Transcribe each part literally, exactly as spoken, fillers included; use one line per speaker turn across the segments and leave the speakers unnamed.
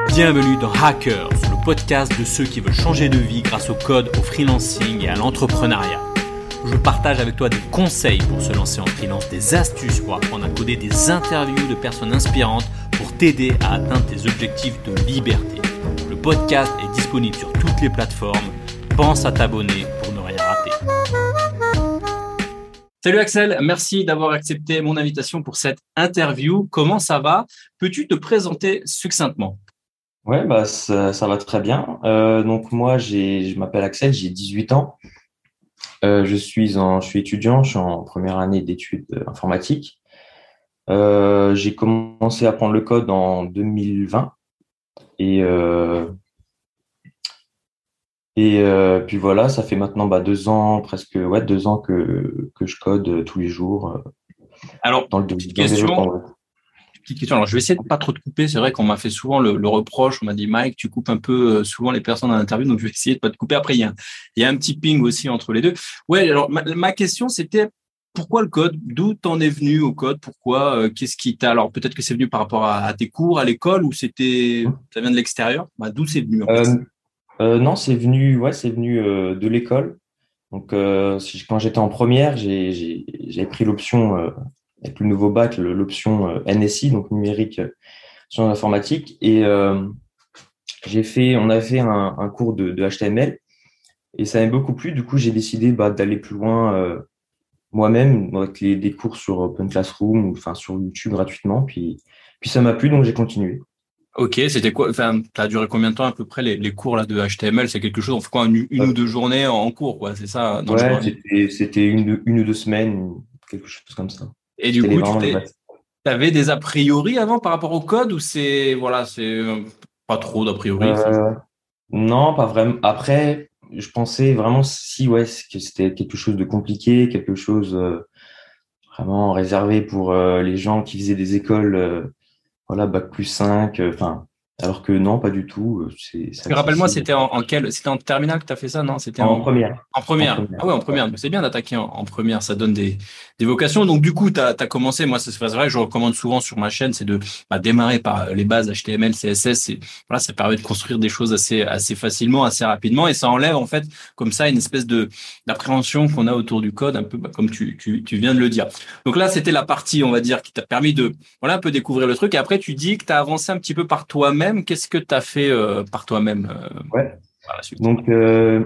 Bienvenue dans Hackers, le podcast de ceux qui veulent changer de vie grâce au code, au freelancing et à l'entrepreneuriat. Je partage avec toi des conseils pour se lancer en freelance, des astuces pour apprendre à coder, des interviews de personnes inspirantes pour t'aider à atteindre tes objectifs de liberté. Le podcast est disponible sur toutes les plateformes. Pense à t'abonner pour ne rien rater. Salut Axel, merci d'avoir accepté mon invitation pour cette interview. Comment ça va? Peux-tu te présenter succinctement?
Ouais, bah ça, ça va très bien. Euh, donc moi, j'ai, je m'appelle Axel, j'ai dix-huit ans. Euh, je suis en, je suis étudiant, je suis en première année d'études euh, informatiques. Euh, j'ai commencé à apprendre le code en deux mille vingt et euh, et euh, puis voilà, ça fait maintenant bah, deux ans, presque ouais deux ans que que je code euh, tous les jours euh,
Alors,
dans le, dans
petite
le développement
question.
web.
Petite question. Alors, je vais essayer de pas trop te couper. C'est vrai qu'on m'a fait souvent le, le reproche. On m'a dit, Mike, tu coupes un peu euh, souvent les personnes dans l'interview. Donc, je vais essayer de pas te couper. Après, il y a un, il y a un petit ping aussi entre les deux. Ouais. Alors, ma, ma question, c'était pourquoi le code? D'où t'en es venu au code? Pourquoi? Euh, qu'est-ce qui t'a? Alors, peut-être que c'est venu par rapport à, à tes cours à l'école ou c'était, ça vient de l'extérieur. Bah, d'où c'est venu en fait?
Euh, euh, non, c'est venu, ouais, c'est venu euh, de l'école. Donc, euh, si- quand j'étais en première, j'ai j'ai j'ai pris l'option euh, avec le nouveau bac, le- l'option euh, N S I, donc numérique euh, sciences informatiques, et euh, j'ai fait, on a fait un, un cours de, de H T M L et ça m'a beaucoup plu. Du coup, j'ai décidé bah, d'aller plus loin euh, moi-même avec les, des cours sur Open Classroom ou enfin sur YouTube gratuitement. Puis puis ça m'a plu, donc j'ai continué.
Ok, c'était quoi? Enfin, ça a duré combien de temps à peu près les, les cours là de H T M L? C'est quelque chose, on fait quoi, une, une ou
Euh,
deux journées en, en cours, quoi? C'est ça, dans le
ouais,
journée.
c'était c'était une, une ou deux semaines, quelque chose comme ça.
Et du
C'était les,
coup, tu
vraiment les
t'es,
bases.
t'avais des a priori avant par rapport au code ou c'est, voilà, c'est euh, pas trop d'a priori. Enfin,
Euh, Non, pas vraiment. Après, je pensais vraiment si ouais que c'était quelque chose de compliqué, quelque chose euh, vraiment réservé pour euh, les gens qui faisaient des écoles, euh, voilà, bac plus cinq. euh, Enfin, alors que non, pas du tout. euh, C'est c'est
parce que rappelle-moi,
accessible.
c'était en, en quel, c'était en terminale que tu as fait ça, non? C'était
En
en,
première.
en
En
première.
première.
Ah ouais, en
Ouais.
première. Mais c'est bien d'attaquer en, en première, ça donne des, des vocations. Donc du coup, tu as commencé, moi c'est c'est vrai, je recommande souvent sur ma chaîne, c'est de bah, démarrer par les bases H T M L, C S S. Et, voilà, ça permet de construire des choses assez, assez facilement, assez rapidement, et ça enlève en fait comme ça une espèce de d'appréhension qu'on a autour du code, un peu bah, comme tu, tu, tu viens de le dire. Donc là, c'était la partie, on va dire, qui t'a permis de voilà un peu découvrir le truc. Et après, tu dis que tu as avancé un petit peu par toi-même. Qu'est-ce que tu as fait euh, par toi-même euh,
Ouais.
par la suite?
Donc, euh,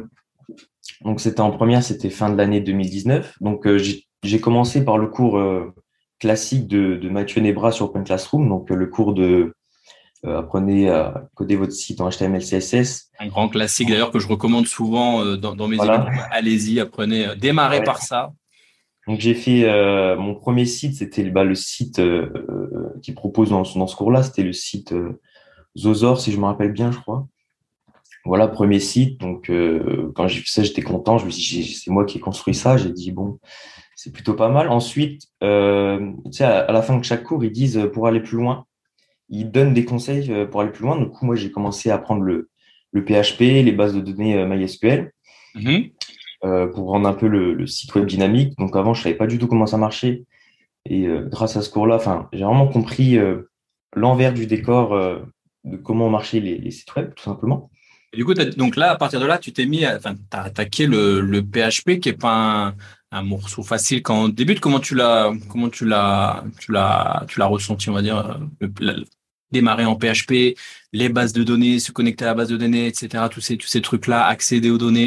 donc c'était en première, c'était fin de l'année deux mille dix-neuf. Donc, euh, j'ai j'ai commencé par le cours euh, classique de, de Mathieu Nebra sur Open Classroom. Donc, euh, le cours de euh, apprenez à coder votre site en H T M L, C S S.
Un grand classique d'ailleurs que je recommande souvent euh, dans, dans mes événements.
Voilà.
Allez-y, apprenez, euh, démarrez
Ouais.
par ça.
Donc j'ai fait euh, mon premier site, c'était bah, le site euh, euh, qui propose dans, ce- dans ce cours-là, c'était le site euh, Zozor, si je me rappelle bien, je crois. Voilà, premier site. Donc euh, quand j'ai vu ça, j'étais content. Je me suis dit, j'ai- c'est moi qui ai construit ça. J'ai dit bon, c'est plutôt pas mal. Ensuite, euh, tu sais, à, à la fin de chaque cours, ils disent euh, pour aller plus loin, ils donnent des conseils euh, pour aller plus loin. Du coup, moi, j'ai commencé à apprendre le le P H P, les bases de données euh, MySQL.
Mhm.
Euh, pour rendre un peu le, le site web dynamique. Donc avant, je savais pas du tout comment ça marchait. Et euh, grâce à ce cours-là, enfin, j'ai vraiment compris euh, l'envers du décor euh, de comment marchaient les, les sites web, tout simplement.
Et du coup, t'as- donc là, à partir de là, tu t'es mis, à, enfin, t'as attaqué le, le P H P qui est pas un, un morceau facile quand on débute. Comment tu l'as, comment tu l'as, tu l'as, tu l'as ressenti, on va dire, euh, le- la- démarrer en P H P, les bases de données, se connecter à la base de données, et cetera. Tous ces, tous ces trucs-là, accéder aux données.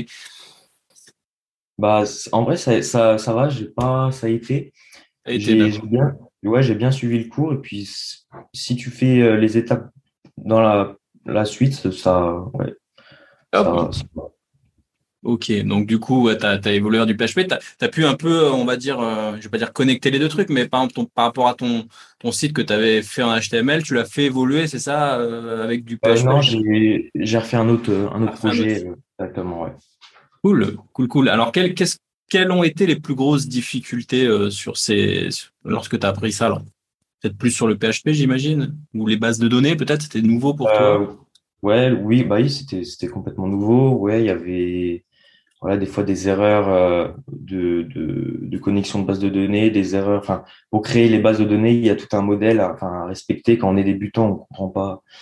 Bah, c- en vrai, ça, ça, ça va, j'ai pas, ça a été.
Ça a été
J'ai j'ai
d'accord.
bien, ouais, j'ai bien suivi le cours. Et puis, c- si tu fais euh, les étapes dans la, la suite, ça, ouais,
Hop.
ça, ça va.
Ok, donc du coup, ouais, t'as, t'as évolué vers du P H P, t'as, t'as pu un peu, euh, on va dire, euh, je vais pas dire connecter les deux trucs, mais par exemple, ton- par rapport à ton, ton site que tu avais fait en H T M L, tu l'as fait évoluer, c'est ça, euh, avec du
Euh,
P H P?
non, j'ai, j'ai refait un autre, un
Ah,
autre
enfin, un autre.
projet, euh, exactement, ouais.
Cool, cool, cool. Alors, quelles, qu'est-ce, quelles ont été les plus grosses difficultés euh, sur ces, lorsque tu as appris ça, alors? Peut-être plus sur le P H P, j'imagine, ou les bases de données, peut-être, c'était nouveau pour toi.
Euh, ouais, oui, bah oui, c'était, c'était complètement nouveau. Ouais, il y avait, voilà, des fois des erreurs euh, de, de, de connexion de base de données, des erreurs. Enfin, pour créer les bases de données, il y a tout un modèle à, enfin, à respecter. Quand on est débutant, on comprend pas,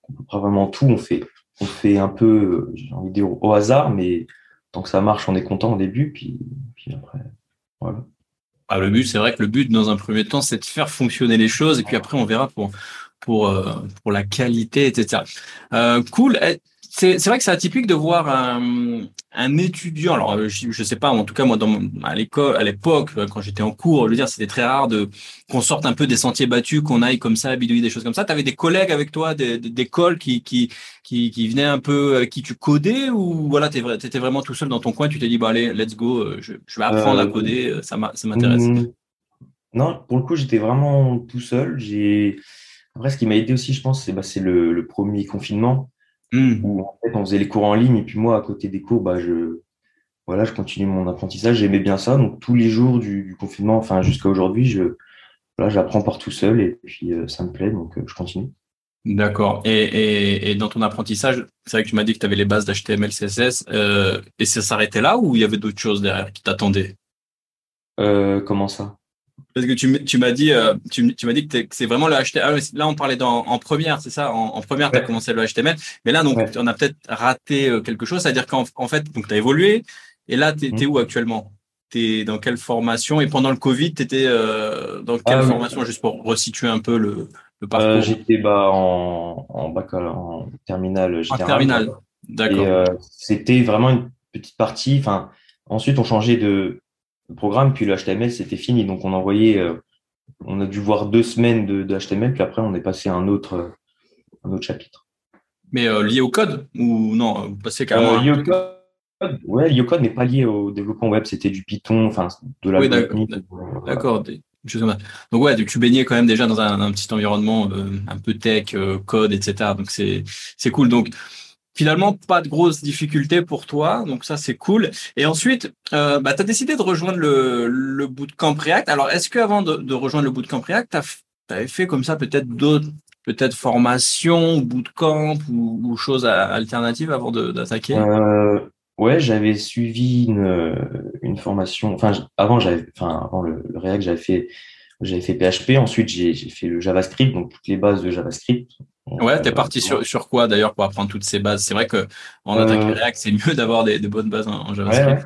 pas vraiment tout. On fait, on fait un peu, j'ai envie de dire, au hasard, mais tant que ça marche, on est content au début. Puis, puis après, voilà.
Ah, le but, c'est vrai que le but, dans un premier temps, c'est de faire fonctionner les choses, et puis après, on verra pour pour euh, pour la qualité, et cetera. Euh, cool. Eh, C'est c'est vrai que c'est atypique de voir un un étudiant. Alors, euh, je, je sais pas. En tout cas, moi, dans mon- à l'école, à l'époque, euh, quand j'étais en cours, je veux dire, c'était très rare de qu'on sorte un peu des sentiers battus, qu'on aille comme ça, bidouiller des choses comme ça. T'avais des collègues avec toi, des des- d'école qui qui qui qui venaient un peu, avec qui tu codais, ou voilà, t'es vrai- t'étais vraiment tout seul dans ton coin. Tu t'es dit, bah allez, let's go. euh, Je, je vais apprendre à
Euh,
coder. euh, Ça m'a- ça m'intéresse.
hum, non, pour le coup, j'étais vraiment tout seul. J'ai Après, ce qui m'a aidé aussi, je pense, c'est bah, c'est le, le premier confinement
Hmm.
où en fait, on faisait les cours en ligne et puis moi, à côté des cours, bah, je voilà, je continue mon apprentissage. J'aimais bien ça. Donc tous les jours du, du confinement, enfin jusqu'à aujourd'hui, je voilà, j'apprends par tout seul et puis euh, ça me plaît, donc euh, je continue.
D'accord. Et, et, et dans ton apprentissage, c'est vrai que tu m'as dit que tu avais les bases d'H T M L, C S S, euh, et ça s'arrêtait là ou il y avait d'autres choses derrière qui t'attendaient?
Euh, comment ça?
Parce que tu, m- tu m'as dit, euh, tu, m- tu m'as dit que, t'es- que c'est vraiment le H T M L. Ah, oui, là, on parlait dans, en première, c'est ça? En, en première, tu as
Ouais,
commencé le H T M L. Mais là, donc,
ouais.
on a peut-être raté euh, quelque chose. C'est-à-dire qu'en en fait, donc, tu as évolué. Et là, tu
Hmm.
es où actuellement? Tu es dans quelle formation? Et pendant le Covid, tu étais dans quelle
Ah oui.
formation, juste pour resituer un peu le, le
Euh,
parcours?
j'étais bah, en, en bac en terminale
En
générale, voilà.
terminale.
Et
D'accord.
euh, c'était vraiment une petite partie. Enfin, ensuite, on changeait de programme, puis le H T M L, c'était fini. Donc, on envoyait, euh, on a dû voir deux semaines de, de H T M L, puis après, on est passé à un autre, euh, un autre chapitre.
Mais euh, lié au code ou non, vous passez carrément
Euh,
à un truc.
Yocode, ouais, Yocode n'est pas lié au développement web, c'était du Python, enfin, de
Oui, d'accord.
l'algorithmique. Voilà.
D'accord. Des des choses comme ça. Donc ouais, tu baignais quand même déjà dans un, un petit environnement euh, un peu tech, euh, code, et cetera. Donc c'est c'est cool. Donc finalement, pas de grosses difficultés pour toi. Donc ça, c'est cool. Et ensuite, euh, bah, tu as décidé de rejoindre le, le bootcamp React. Alors, est-ce que avant de, de rejoindre le bootcamp React, tu avais fait comme ça peut-être d'autres, peut-être formations, ou bootcamp ou, ou choses a- alternatives avant de- d'attaquer?
Euh, ouais, j'avais suivi une, euh, une formation. Enfin, j- avant, j'avais, enfin, avant le, le React, j'avais fait, j'avais fait P H P. Ensuite, j'ai, j'ai fait le JavaScript, donc toutes les bases de JavaScript. Donc,
Ouais, t'es
euh,
parti sur, sur quoi d'ailleurs pour apprendre toutes ces bases? C'est vrai que en attaque
euh,
React, c'est mieux d'avoir des, des bonnes bases en, en
ouais, ouais.
JavaScript.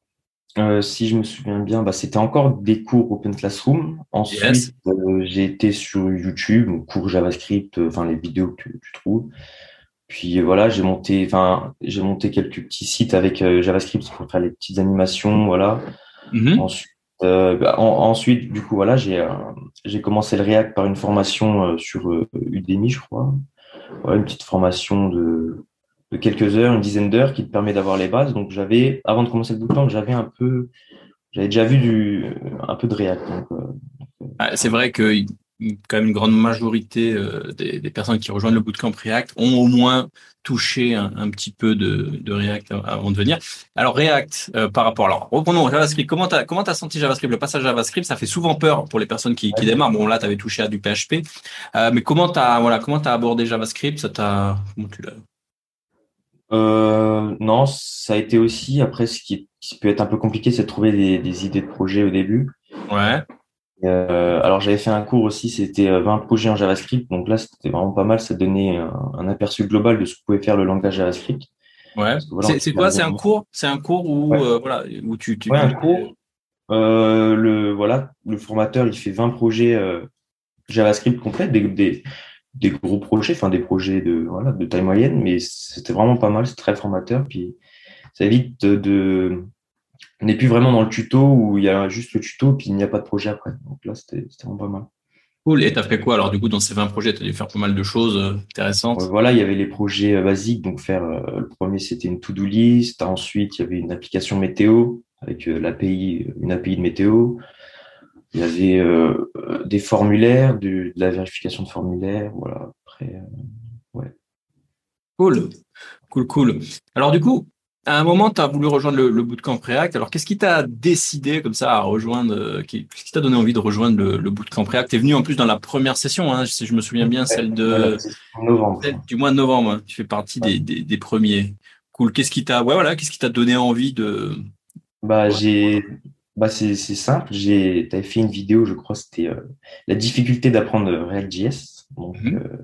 Euh, si je me souviens bien, bah, c'était encore des cours Open Classroom.
Yes.
Ensuite, euh, j'ai été sur YouTube, donc cours JavaScript, euh, enfin les vidéos que tu, tu trouves. Puis euh, voilà, j'ai monté, enfin, j'ai monté quelques petits sites avec euh, JavaScript pour faire les petites animations, voilà.
Mhm.
Ensuite, euh, bah, en- ensuite, du coup, voilà, j'ai euh, j'ai commencé le React par une formation euh, sur euh, Udemy, je crois. Voilà, une petite formation de, de quelques heures, une dizaine d'heures qui te permet d'avoir les bases. Donc j'avais, avant de commencer le bootcamp, j'avais un peu, j'avais déjà vu du, un peu de React. Donc, euh,
Ah, c'est vrai que il- quand même une grande majorité euh, des, des personnes qui rejoignent le bootcamp React ont au moins touché un, un petit peu de, de React avant de venir. Alors React, euh, par rapport, alors reprenons JavaScript. Comment t'as comment t'as senti JavaScript? Le passage JavaScript, ça fait souvent peur pour les personnes qui, qui
ouais.
démarrent. Bon là, t'avais touché à du P H P, Euh, mais comment t'as voilà comment t'as abordé JavaScript? Ça t'a comment tu l'as
Euh, non, ça a été aussi, après, ce qui, qui peut être un peu compliqué, c'est de trouver des, des idées de projet au début.
Ouais,
Euh, alors j'avais fait un cours aussi, c'était euh, vingt projets en JavaScript, donc là c'était vraiment pas mal, ça donnait un, un aperçu global de ce que pouvait faire le langage JavaScript.
ouais.
Parce que voilà, on
C'est c'est
était
quoi?
arrivé
C'est un
à-
cours? C'est un cours où
ouais,
euh, voilà où tu tu
ouais, un cours. Euh, le voilà, le formateur il fait vingt projets euh, JavaScript complets, des, des, des gros projets, enfin des projets de voilà de taille moyenne, mais c'était vraiment pas mal, c'est très formateur. Puis ça évite de, de on n'est plus vraiment dans le tuto où il y a juste le tuto puis il n'y a pas de projet après. Donc là c'était c'était vraiment pas mal.
cool. Et t'as fait quoi alors du coup dans ces vingt projets? T'as dû faire pas mal de choses euh,
Euh,
intéressantes.
Voilà, il y avait les projets euh, basiques. Donc, faire euh, le premier, c'était une to-do list. Ensuite, il y avait une application météo avec euh, l'A P I, une A P I de météo. Il y avait euh, euh, des formulaires, du- de la vérification de formulaires. Voilà. Après, euh, ouais.
Cool, cool, cool. Alors du coup, à un moment, tu as voulu rejoindre le, le bootcamp React. Alors qu'est-ce qui t'a décidé comme ça à rejoindre, euh, qui- qu'est-ce qui t'a donné envie de rejoindre le, le bootcamp React? T'es venu en plus dans la première session, hein, si je me souviens bien,
Ouais,
celle
ouais, la
de
session de novembre, je
celle
crois.
du mois de novembre, hein. Tu fais partie
Ouais.
des, des, des premiers. Cool. Qu'est-ce qui t'a, ouais, voilà, qu'est-ce qui t'a donné envie de,
Bah,
ouais.
j'ai, bah, c'est, c'est simple. J'ai, t'avais fait une vidéo, je crois, c'était euh, la difficulté d'apprendre React.js. Donc,
Mhm.
euh,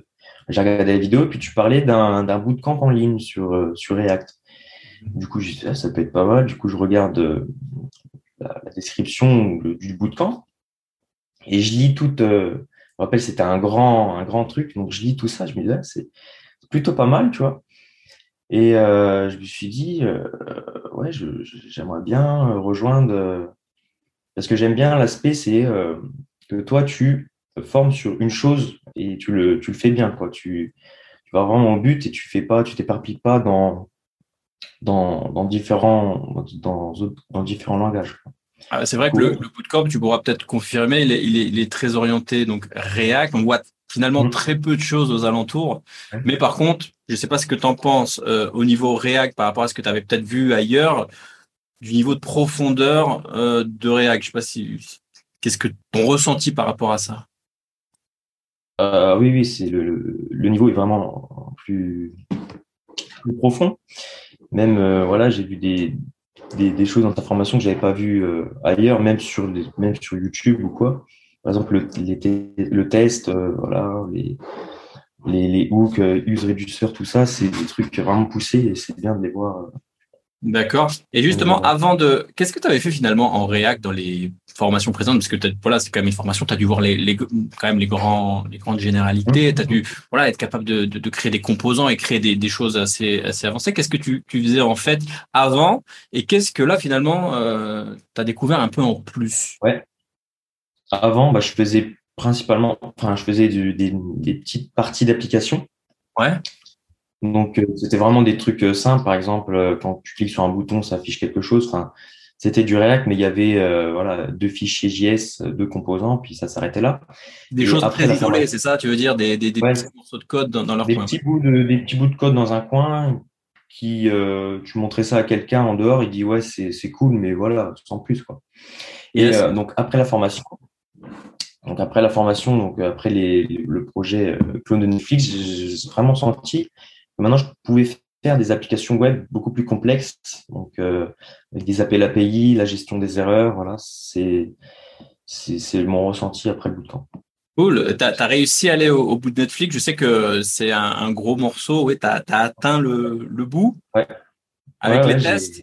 j'ai regardé la vidéo, puis tu parlais d'un, d'un bootcamp en ligne sur, euh, sur React. Du coup, j'ai dit, ah, ça peut être pas mal. Du coup, je regarde euh, la, la description de- du bootcamp et je lis tout. Euh, je me rappelle, c'était un grand, un grand truc. Donc, je lis tout ça. Je me disais, ah, c'est plutôt pas mal, tu vois. Et euh, je me suis dit, euh, ouais, je, je- j'aimerais bien euh, rejoindre. euh, parce que j'aime bien l'aspect, c'est euh, que toi, tu te formes sur une chose et tu le, tu le fais bien, quoi. Tu, tu vas vraiment au but et tu fais pas, tu t'éparpilles pas dans, dans, dans différents, dans, dans différents langages.
Ah, c'est
Du
vrai que le,
coup,
le bootcamp, tu pourras peut-être confirmer, il est, il est, il est très orienté donc React. On voit finalement
hum,
très peu de choses aux alentours.
ouais.
Mais par contre, je ne sais pas ce que tu en penses euh, au niveau React par rapport à ce que tu avais peut-être vu ailleurs, du niveau de profondeur euh, de React. Je sais pas si qu'est-ce que ton ressenti par rapport à ça.
Euh, oui, oui, c'est le, le, le niveau est vraiment plus, plus profond. Même, euh, voilà, j'ai vu des, des, des choses dans ta formation que j'avais pas vues euh, ailleurs, même sur les, même sur YouTube ou quoi. Par exemple, le, les te- le test, euh, voilà, les, les, les hooks, euh, use reducer, tout ça, c'est des trucs vraiment poussés et c'est bien de les voir. euh,
D'accord. Et
bien de les
justement,
voir.
avant de, qu'est-ce que tu avais fait finalement en React dans les formations présentes? Parce que t'as- voilà, c'est quand même une formation, tu as dû voir les, les, quand même les grands, les grandes généralités, tu as dû, voilà, être capable de, de, de créer des composants et créer des, des choses assez, assez avancées. Qu'est-ce que tu, tu faisais en fait avant et qu'est-ce que là finalement, euh, tu as découvert un peu en plus?
Ouais. Avant, bah, je faisais principalement, enfin, je faisais du- des, des petites parties d'application.
Ouais.
Donc, euh, c'était vraiment des trucs euh, simples. Par exemple, euh, quand tu cliques sur un bouton, ça affiche quelque chose. Enfin, c'était du React, mais il y avait euh, voilà, deux fichiers J S, euh, deux composants, puis ça s'arrêtait là.
Des
Et
choses
après
très
la
isolées,
formation,
c'est ça? Tu veux dire des, des, des petits
ouais,
morceaux de code dans, dans leur
des
coin.
petits bouts de, des petits bouts de code dans un coin qui, euh, tu montrais ça à quelqu'un en dehors, il dit ouais, c'est, c'est cool, mais voilà, sans plus, quoi. Et
Yes.
euh, donc, après la formation, donc après la formation, donc euh, après les, le projet euh, clone de Netflix, j'ai j'ai vraiment senti que maintenant je pouvais faire des applications web beaucoup plus complexes, donc euh, avec des appels A P I, la gestion des erreurs, voilà, c'est c'est c'est mon ressenti après le bootcamp.
Cool. T'as, t'as réussi à aller au, au bout de Netflix. Je sais que c'est un, un gros morceau. Oui, t'as, t'as atteint le, le bout
Ouais, ouais,
avec les
ouais,
tests.
j'ai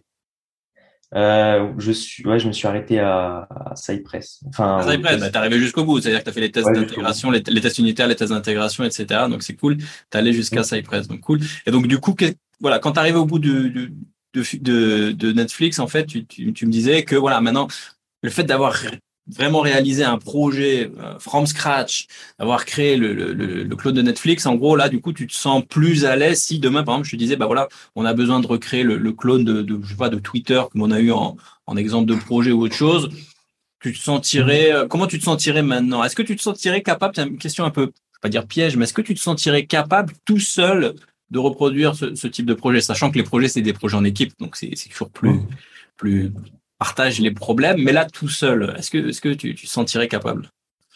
euh, je suis ouais, je me suis arrêté à, à Cypress, enfin
Ah, ça y
au
est, prêt. Bah,
test,
t'es arrivé jusqu'au bout. C'est-à-dire que t'as fait les tests
ouais, jusqu'au bout.
d'intégration, les, les tests unitaires, les tests d'intégration, et cetera. Donc, c'est cool. T'es allé jusqu'à
Mm.
Cypress. Donc, cool. Et donc, du coup, que- voilà, quand t'es arrivé au bout de, de, de, de, de Netflix, en fait, tu, tu, tu me disais que, voilà, maintenant, le fait d'avoir ré- vraiment réalisé un projet euh, from scratch, d'avoir créé le, le, le, le clone de Netflix, en gros, là, du coup, tu te sens plus à l'aise si demain, par exemple, je te disais, bah voilà, on a besoin de recréer le, le clone de, de, je sais pas, de Twitter, comme on a eu en, en exemple de projet ou autre chose. Tu te
Mm.
sentirais, euh, comment tu te sentirais maintenant? Est-ce que tu te sentirais capable, c'est une question un peu, je vais pas dire piège, mais est-ce que tu te sentirais capable tout seul de reproduire ce, ce type de projet, sachant que les projets, c'est des projets en équipe, donc c'est c'est toujours plus,
Mm.
plus, partage les problèmes, mais là, tout seul, est-ce que, est-ce que tu, tu te sentirais capable?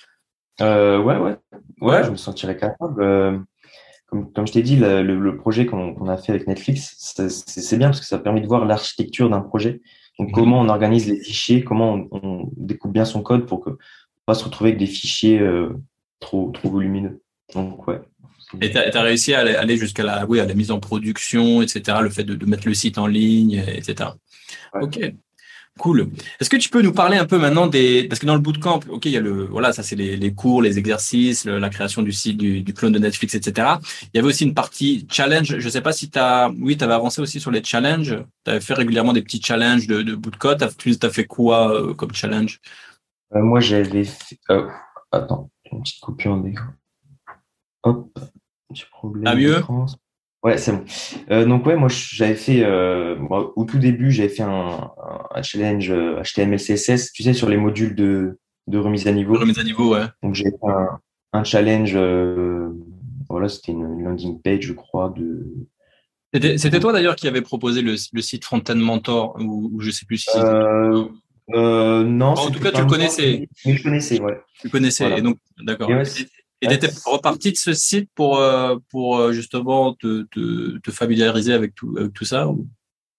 Euh, ouais, ouais, ouais,
Ouais.
je me sentirais capable. Euh, Comme, comme je t'ai dit, le, le- le projet qu'on qu'on a fait avec Netflix, c'est c'est- c'est bien parce que ça permet de voir l'architecture d'un projet. Donc,
Mhm.
comment on organise les fichiers, comment on, on découpe bien son code pour que pas se retrouver avec des fichiers euh, trop, trop volumineux. Donc, ouais.
Et tu as réussi à aller, aller jusqu'à la, oui, à la mise en production, et cetera, le fait de, de mettre le site en ligne, et cetera.
Ouais.
Ok. Cool. Est-ce que tu peux nous parler un peu maintenant des... Parce que dans le bootcamp, ok, il y a le... Voilà, ça c'est les, les cours, les exercices, le- la création du site, du, du clone de Netflix, et cetera. Il y avait aussi une partie challenge. Je sais pas si tu as... Oui, tu avais avancé aussi sur les challenges. Tu avais fait régulièrement des petits challenges de, de bootcamp. T'as- Tu as fait quoi euh, comme challenge?
Euh, moi, j'avais fait. euh, attends, une petite coupure d'écran. Hop, petit
Ah,
problème
mieux?
d'écran. Ouais, c'est bon. Euh, donc, ouais, moi, j'avais fait. Euh, moi, au tout début, j'avais fait un, un challenge euh, H T M L, C S S, tu sais, sur les modules de, de remise à niveau.
Remise à niveau, ouais.
Donc, j'ai fait un, un challenge, euh, voilà, c'était une, une landing page, je crois, de,
C'était c'était
pour,
toi d'ailleurs qui avait proposé le, le site Frontend Mentor, ou, ou je sais plus si c'était toi.
euh, euh, non,
En tout
c'était
cas, tu
pas
le
moi,
connaissais.
mais, mais je connaissais, ouais.
Tu connaissais. Et
Voilà.
donc,
Et
d'accord.
ouais,
Et
c'est-
et
ouais,
t'étais
c'est-
reparti de ce site pour, euh, pour euh, justement te, te, te familiariser avec tout, avec tout ça ou...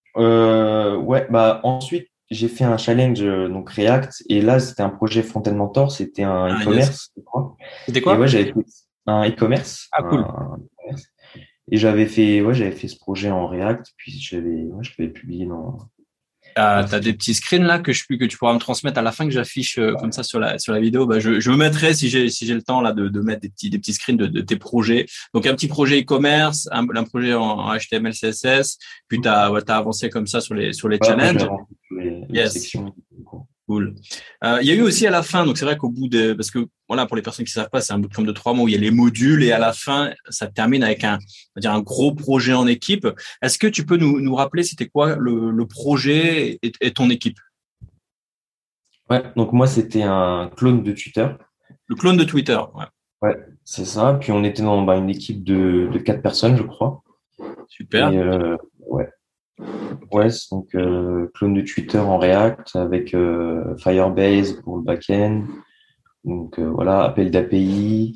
euh, ouais, bah, ensuite, j'ai fait un challenge, euh, donc React, et là, c'était un projet Front-End Mentor, c'était un
Ah, yes.
e-commerce, je crois.
C'était
Et
quoi?
ouais, j'avais fait. un e-commerce.
Ah, cool.
Un, un e-commerce. Et j'avais fait, ouais, j'avais fait ce projet en React, puis j'avais, ouais, je l'avais publié dans,
Euh,
dans
t'as
cette.
des petits screens là que je que tu pourras me transmettre à la fin que j'affiche euh, comme ça sur la sur la vidéo. Bah, je je me mettrai si j'ai si j'ai le temps là de de mettre des petits des petits screens de, de tes projets. Donc un petit projet e-commerce, un, un projet en, en H T M L C S S, puis t'as ouais, t'as avancé comme ça sur les sur les
Ouais, après, j'ai
challenges.
rempli les, les
Yes.
sections.
Cool. Euh, il y a eu aussi à la fin, donc c'est vrai qu'au bout de, parce que voilà, pour les personnes qui savent pas, c'est un bootcamp de trois mois où il y a les modules et à la fin, ça termine avec un, on va dire un gros projet en équipe. Est-ce que tu peux nous, nous rappeler c'était quoi le, le projet et, et ton équipe?
Ouais, donc moi, c'était un clone de Twitter.
Le clone de Twitter. Ouais.
Ouais, c'est ça. Puis on était dans bah, une équipe de, de quatre personnes, je crois.
Super.
Et euh, ouais,
Ok.
ouais, c'est donc euh, clone de Twitter en React avec euh, Firebase pour le back-end. Donc euh, voilà, appel d'A P I,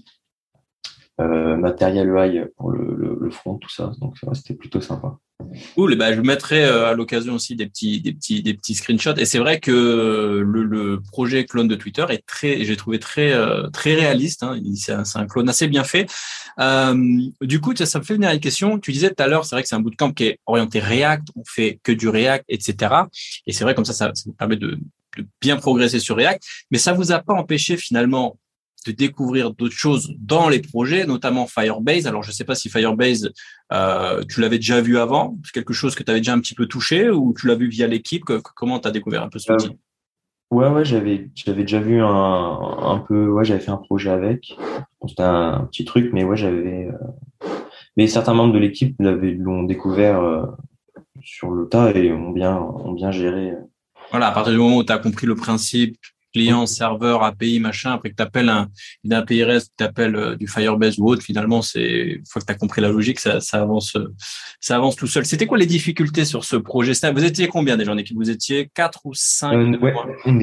euh, Material U I pour le, le, le front, tout ça. Donc ouais, c'était plutôt sympa.
Cool. Et ben, je mettrai euh, à l'occasion aussi des petits, des petits, des petits screenshots. Et c'est vrai que le, le projet clone de Twitter est très, j'ai trouvé très, euh, très réaliste. Hein. Il- C'est un, c'est un clone assez bien fait. Euh, du coup, ça, ça me fait venir à une question. Tu disais tout à l'heure, c'est vrai que c'est un bootcamp qui est orienté React. On fait que du React, et cetera. Et c'est vrai comme ça, ça, ça vous permet de, de bien progresser sur React. Mais ça vous a pas empêché finalement de découvrir d'autres choses dans les projets, notamment Firebase. Alors, je ne sais pas si Firebase, euh, tu l'avais déjà vu avant, c'est quelque chose que tu avais déjà un petit peu touché ou tu l'as vu via l'équipe. Que, que- comment tu as découvert un peu cet
Euh,
outil?
ouais, ouais, j'avais, j'avais déjà vu un, un peu, ouais, j'avais fait un projet avec. Bon, c'était un, petit truc, mais ouais, j'avais. euh, Mais certains membres de l'équipe l'avaient, l'ont découvert euh, sur le tas et ont bien, ont bien géré.
Voilà, à partir du moment où tu as compris le principe
Oui,
client, serveur, A P I, machin, après que tu appelles un, une A P I REST, tu appelles euh, du Firebase ou autre, finalement, c'est une fois que tu as compris la logique, ça, ça avance, euh, ça avance tout seul. C'était quoi les difficultés sur ce projet? C'était- Vous étiez combien déjà en équipe? Vous étiez quatre ou cinq
Euh,
de
ouais,
mémoire?
on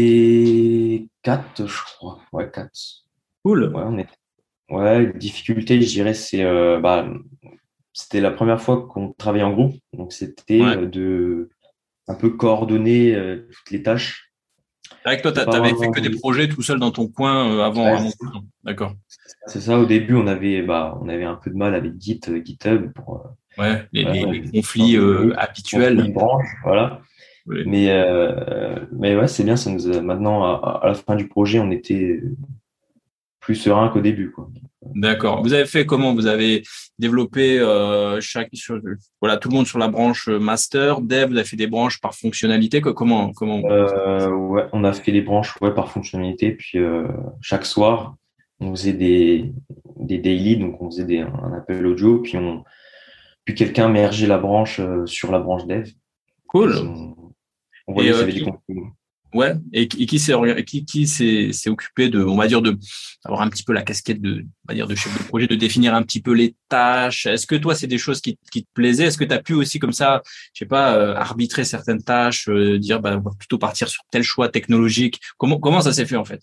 était quatre, je crois. Ouais, quatre.
Cool.
Ouais, on était. Ouais, difficulté, je dirais, c'est euh, bah, c'était la première fois qu'on travaillait en groupe, donc c'était
Ouais.
euh, de un peu coordonner euh, toutes les tâches.
C'est vrai que toi,
C'est
t'a-
pas
t'avais fait
vraiment.
que des projets tout seul dans ton coin euh, avant,
Ouais,
avant tout ça. D'accord.
c'est ça. Au début, on avait bah, on avait un peu de mal avec Git, euh, GitHub pour euh,
Ouais, les,
voilà,
les, les
dans
conflits
une
euh,
minute, conflit
habituels.
de branche, voilà.
Oui.
Mais euh, mais ouais, c'est bien. Ça nous a, maintenant à, à la fin du projet, on était plus serein qu'au début, quoi.
D'accord. Vous avez fait comment? Vous avez développé euh, chaque sur voilà tout le monde sur la branche euh, master, dev. Vous avez fait des branches par fonctionnalité. que- Comment comment?
Euh, ouais, on a fait les branches ouais, par fonctionnalité, puis euh, chaque soir, on faisait des, des daily, donc on faisait des, un appel audio, puis on puis quelqu'un mergeait la branche euh, sur la branche dev, puis
Cool.
on, on
Et
voyait s'il y
euh,
avait des
qui
conflits.
ouais et, qui et qui s'est orga- qui qui s'est s'est occupé de on va dire de avoir un petit peu la casquette de on va dire de chef de projet, de définir un petit peu les tâches. Est-ce que toi c'est des choses qui qui te plaisaient? Est-ce que tu as pu aussi comme ça, je sais pas, euh, arbitrer certaines tâches, euh, dire bah on va plutôt partir sur tel choix technologique. Comment comment ça s'est fait en fait?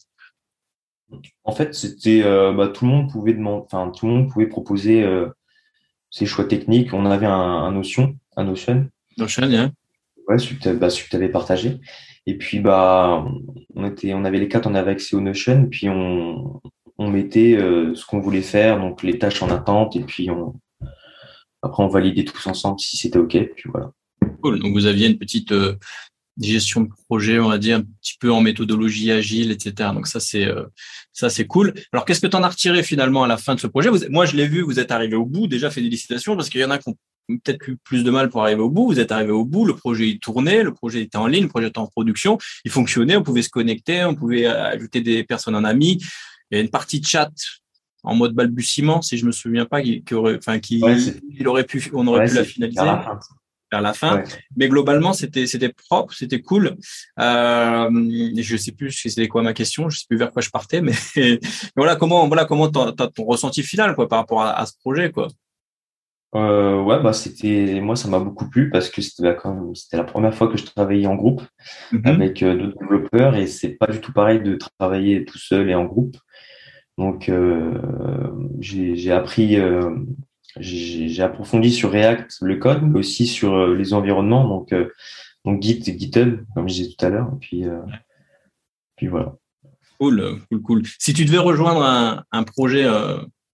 En fait, c'était euh, bah, tout le monde pouvait demander, enfin tout le monde pouvait proposer euh, ses choix techniques. On avait un, un Notion, un Notion,
Notion, hein.
ouais, celui que tu bah, celui que t'avais partagé. Et puis bah on était, on avait les quatre, on avait accès au Notion, puis on on mettait euh, ce qu'on voulait faire, donc les tâches en attente, et puis on après on validait tous ensemble si c'était OK, puis voilà.
Cool. Donc vous aviez une petite euh, gestion de projet, on va dire, un petit peu en méthodologie agile, et cetera. Donc ça c'est euh, ça c'est cool. Alors qu'est-ce que tu en as retiré finalement à la fin de ce projet? Vous, moi je l'ai vu, vous êtes arrivé au bout. Déjà félicitations parce qu'il y en a qui ont peut-être eu plus de mal pour arriver au bout. Vous êtes arrivé au bout, le projet il tournait, le projet était en ligne, le projet était en production, il fonctionnait, on pouvait se connecter, on pouvait euh, ajouter des personnes en amis. Il y a une partie de chat en mode balbutiement, si je me souviens pas, qui, qui aurait, enfin
Ouais,
qui,
c'est
il aurait pu, on aurait
ouais,
pu la
c'est vers la
finaliser
fin.
vers la fin.
Ouais.
Mais globalement, c'était c'était propre, c'était cool. Euh, je sais plus si c'était quoi ma question, je sais plus vers quoi je partais, mais, mais voilà comment voilà comment t'as, t'as ton ressenti final quoi par rapport à, à ce projet quoi.
Euh, ouais, bah c'était moi ça m'a beaucoup plu parce que c'était la, comme c'était la première fois que je travaillais en groupe
Mm-hmm.
avec euh, d'autres développeurs et c'est pas du tout pareil de travailler tout seul et en groupe. Donc euh, j'ai j'ai appris euh, j'ai j'ai approfondi sur React le code mais aussi sur euh, les environnements donc euh, donc Git et GitHub comme je disais tout à l'heure et puis euh, puis voilà.
Cool, cool, cool. Si tu devais rejoindre un, un projet, euh,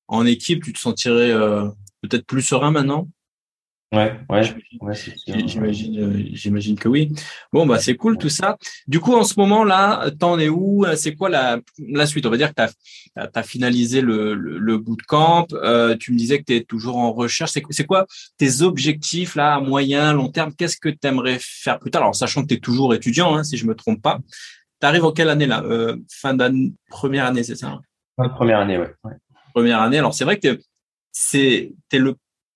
en équipe, tu te sentirais euh, peut-être plus serein maintenant?
Ouais, ouais,
J'imagine,
ouais, c'est sûr.
j'imagine, euh, j'imagine que oui. Bon, bah, c'est cool tout ça. Du coup, en ce moment-là, t'en es où? C'est quoi la, la suite? On va dire que t'as, t'as finalisé le, le, le bootcamp. Euh, tu me disais que tu es toujours en recherche. C'est, c'est quoi tes objectifs là, à moyen, long terme? Qu'est-ce que tu aimerais faire plus tard? Alors, sachant que tu es toujours étudiant, hein, si je me trompe pas. Tu arrives en quelle année là? Euh, fin d'année, première année, c'est ça? Hein.
Ouais, première année, ouais. Ouais.
Première année. Alors, c'est vrai que t'es- c'est, t'es le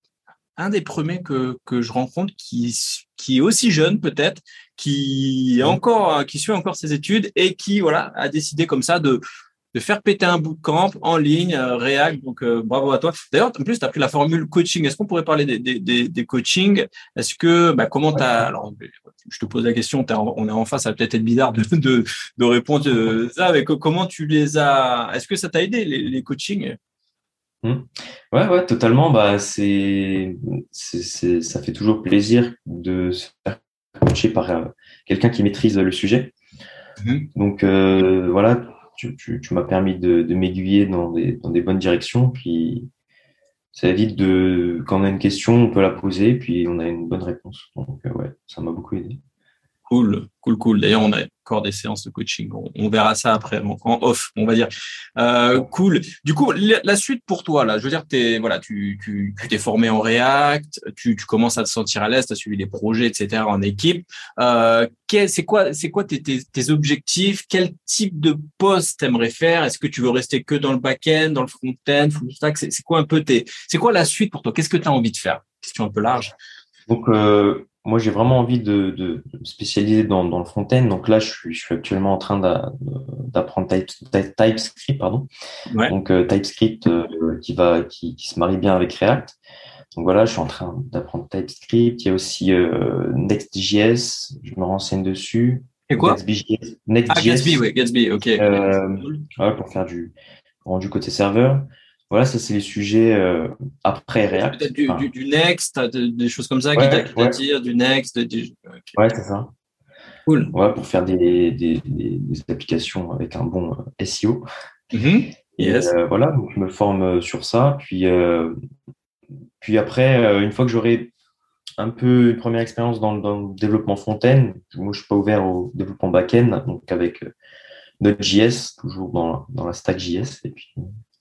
un des premiers que, que je rencontre qui, qui est aussi jeune peut-être, qui est encore, qui suit encore ses études et qui voilà a décidé comme ça de, de faire péter un bootcamp en ligne, euh, React. Donc euh, bravo à toi. D'ailleurs, en plus, tu as pris la formule coaching. Est-ce qu'on pourrait parler des, des, des, des coachings? Est-ce que bah, comment tu as alors je te pose la question, en, on est en face, ça va peut-être être bizarre de, de, de répondre euh, ça, mais comment tu les as. Est-ce que ça t'a aidé les, les coachings?
Mmh. Ouais, ouais, totalement. Bah, c'est, c'est, c'est, ça fait toujours plaisir de se faire coacher par euh, quelqu'un qui maîtrise le sujet.
Mmh.
Donc, euh, voilà, tu, tu, tu m'as permis de, de m'aiguiller dans des, dans des bonnes directions. Puis, ça évite de, quand on a une question, on peut la poser, puis on a une bonne réponse. Donc, euh, ouais, ça m'a beaucoup aidé.
Cool, cool, cool. D'ailleurs, on a encore des séances de coaching. On, on verra ça après, en, en off, on va dire. Euh, cool. Du coup, la, la suite pour toi, là, je veux dire, t'es, voilà, tu, tu, tu t'es formé en React, tu, tu commences à te sentir à l'aise, tu as suivi des projets, et cetera en équipe. Euh, quel, c'est quoi, c'est quoi tes, tes, tes objectifs? Quel type de poste t'aimerais faire? Est-ce que tu veux rester que dans le back-end, dans le front-end, full stack? C'est, c'est quoi un peu tes, c'est quoi la suite pour toi? Qu'est-ce que tu as envie de faire? Question un peu large.
Donc, euh, moi, j'ai vraiment envie de, de me spécialiser dans, dans le front-end. Donc là, je suis, je suis actuellement en train d'a- d'apprendre Type- Type- TypeScript, pardon.
Ouais.
Donc, euh, TypeScript euh, qui va, qui, qui se marie bien avec React. Donc voilà, je suis en train d'apprendre TypeScript. Il y a aussi euh, Next.js, je me renseigne dessus.
Et quoi?
Next.js,
Ah, Gatsby,
Next.js
ouais, Gatsby, ok.
euh,
Cool.
voilà, pour faire du rendu côté serveur. Voilà, ça c'est les sujets euh, après React.
Peut-être du, du,
Enfin,
du Next, de- des choses comme ça qui t'a-
ouais,
qui
ouais,
t'attirent, du Next, du... ok.
ouais, c'est ça.
Cool.
Ouais, pour faire des, des, des, des applications avec un bon euh, S E O.
Mhm.
Et
Yes.
euh, voilà, donc je me forme euh, sur ça. Puis, euh, puis après, euh, une fois que j'aurai un peu une première expérience dans, dans le développement front-end, moi je suis pas ouvert au développement back-end, donc avec euh, Node.js, toujours dans, dans la stack J S. Et puis,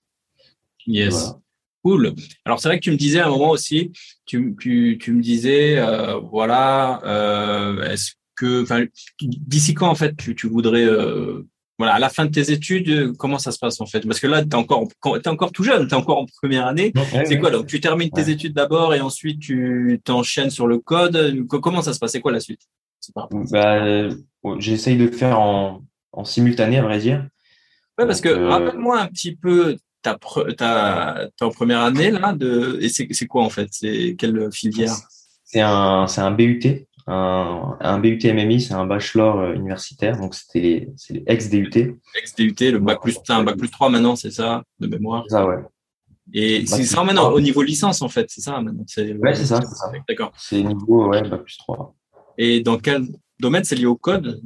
puis
Yes.
voilà.
Cool. Alors, c'est vrai que tu me disais à un moment aussi, tu, tu, tu me disais, euh, voilà, euh, est-ce que, enfin, d'ici quand, en fait, tu, tu voudrais, euh, voilà, à la fin de tes études, euh, comment ça se passe, en fait? Parce que là, tu es encore, t'es encore tout jeune, tu es encore en première année.
Ouais,
C'est quoi,
ouais,
donc, tu termines
ouais.
tes études d'abord et ensuite tu t'enchaînes sur le code. Comment ça se passe? C'est quoi la suite? C'est par rapport à ça.
Bah, euh, bon, j'essaye de faire en, en simultané, à vrai dire.
Ouais, parce
Donc,
que
euh,
rappelle-moi un petit peu ta, pre- ta, ta première année là de et c'est c'est quoi en fait? C'est quelle filière?
c'est un, c'est un B U T, un, un B U T M M I, c'est un bachelor euh, universitaire. Donc, c'était les, c'est les ex-D U T.
Ex-D U T, le
Ouais,
bac plus, t'as un bac plus trois maintenant, c'est ça, de mémoire.
c'est ça, ouais.
Et c'est
Bac plus
ça maintenant au
trois.
niveau licence en fait, c'est ça maintenant. C'est
Ouais,
le-
c'est ça, c'est ça.
D'accord.
C'est niveau, ouais, bac plus trois.
Et dans quel domaine c'est lié au code?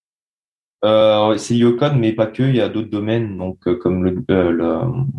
Euh, ouais, c'est lié au code, mais pas que. Il y a d'autres domaines, donc euh, comme le, euh, le,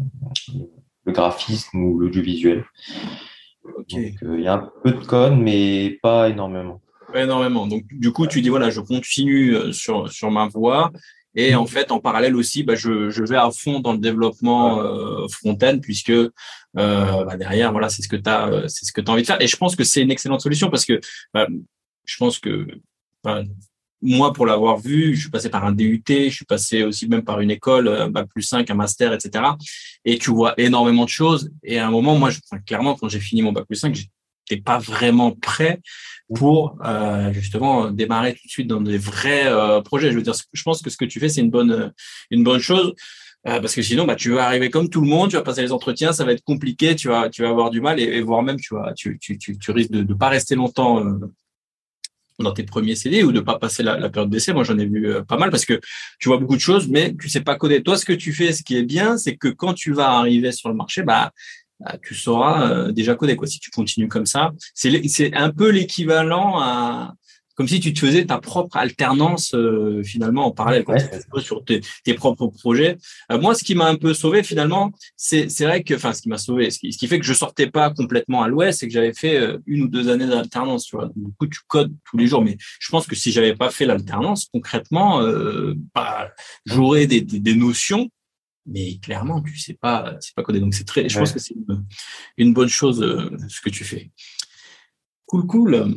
le graphisme ou l'audiovisuel. Donc,
Ok.
euh, il y a un peu de code, mais pas énormément.
Ouais, énormément. Donc, du coup, tu dis, voilà, je continue euh, sur, sur ma voie. Et en fait, en parallèle aussi, bah, je, je vais à fond dans le développement
Voilà.
euh, front-end puisque euh, bah, derrière, voilà, c'est ce que tu as, c'est ce que tu as envie de faire. Et je pense que c'est une excellente solution parce que bah, je pense que bah, moi, pour l'avoir vu, je suis passé par un D U T, je suis passé aussi même par une école, un bac plus cinq, un master, et cetera. Et tu vois énormément de choses. Et à un moment, moi, je, enfin, clairement, quand j'ai fini mon bac plus cinq, j'étais pas vraiment prêt pour euh, justement démarrer tout de suite dans des vrais euh, projets. Je veux dire, je pense que ce que tu fais, c'est une bonne, une bonne chose. Euh, parce que sinon, bah, tu vas arriver comme tout le monde, tu vas passer les entretiens, ça va être compliqué, tu vas, tu vas avoir du mal et, et voire même, tu vas, tu, tu, tu, tu risques de ne pas rester longtemps euh, dans tes premiers C D ou de pas passer la, la période d'essai. Moi, j'en ai vu euh, pas mal parce que tu vois beaucoup de choses, mais tu sais pas coder. Toi, ce que tu fais, ce qui est bien, c'est que quand tu vas arriver sur le marché, bah, bah tu sauras euh, déjà coder quoi. Si tu continues comme ça, c'est c'est un peu l'équivalent à comme si tu te faisais ta propre alternance euh, finalement en parallèle quand
Ouais,
tu bosses sur tes, tes propres projets. Euh, moi, ce qui m'a un peu sauvé finalement, c'est c'est vrai que, enfin, ce qui m'a sauvé, ce qui, ce qui fait que je sortais pas complètement à l'ouest, c'est que j'avais fait euh, une ou deux années d'alternance. Tu vois, du coup, tu codes tous les jours. Mais je pense que si j'avais pas fait l'alternance, concrètement, euh, bah, j'aurais des, des, des notions. Mais clairement, tu sais pas, c'est pas coder. Donc c'est très, je pense
ouais.
que c'est une, une bonne chose euh, ce que tu fais. Cool, cool.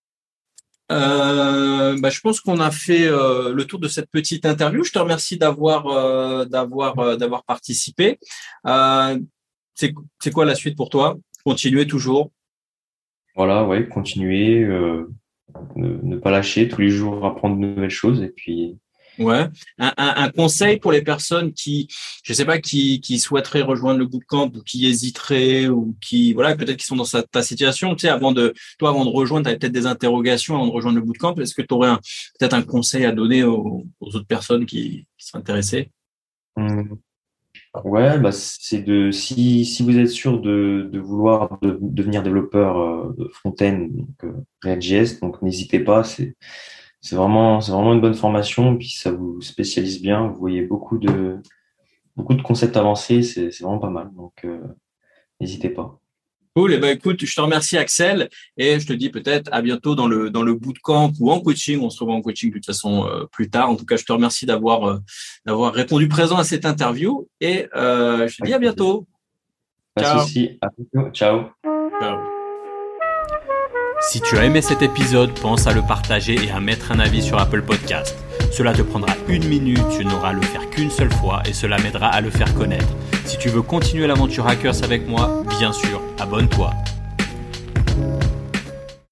Euh, bah, je pense qu'on a fait euh, le tour de cette petite interview. Je te remercie d'avoir euh, d'avoir euh, d'avoir participé. Euh, c'est c'est quoi la suite pour toi? Continuer toujours.
Voilà, ouais, continuer, euh, ne, ne pas lâcher, tous les jours apprendre de nouvelles choses et puis
Ouais. Un, un, un conseil pour les personnes qui, je sais pas, qui qui souhaiteraient rejoindre le bootcamp ou qui hésiteraient ou qui, voilà, peut-être qui sont dans sa, ta situation. Tu sais, avant de, toi, avant de rejoindre, tu avais peut-être des interrogations avant de rejoindre le bootcamp. Est-ce que tu aurais un, peut-être un conseil à donner aux, aux autres personnes qui, qui sont intéressées?
hum, ouais, bah c'est de si si vous êtes sûr de, de vouloir de- devenir développeur euh, de front-end donc euh, React.js, donc n'hésitez pas, c'est c'est vraiment c'est vraiment une bonne formation puis ça vous spécialise bien, vous voyez beaucoup de beaucoup de concepts avancés, c'est c'est vraiment pas mal donc euh, n'hésitez pas.
Cool. Eh ben, écoute, je te remercie, Axel, et je te dis peut-être à bientôt dans le, dans le bootcamp ou en coaching. On se revoit en coaching de toute façon euh, plus tard. En tout cas, je te remercie d'avoir, euh, d'avoir répondu présent à cette interview et euh, je te dis
Avec
à
plaisir.
bientôt.
Pas de
Ciao.
souci, à bientôt, ciao.
Ciao. Si tu as aimé cet épisode, pense à le partager et à mettre un avis sur Apple Podcast. Cela te prendra une minute, tu n'auras à le faire qu'une seule fois et cela m'aidera à le faire connaître. Si tu veux continuer l'aventure Hackers avec moi, bien sûr, abonne-toi.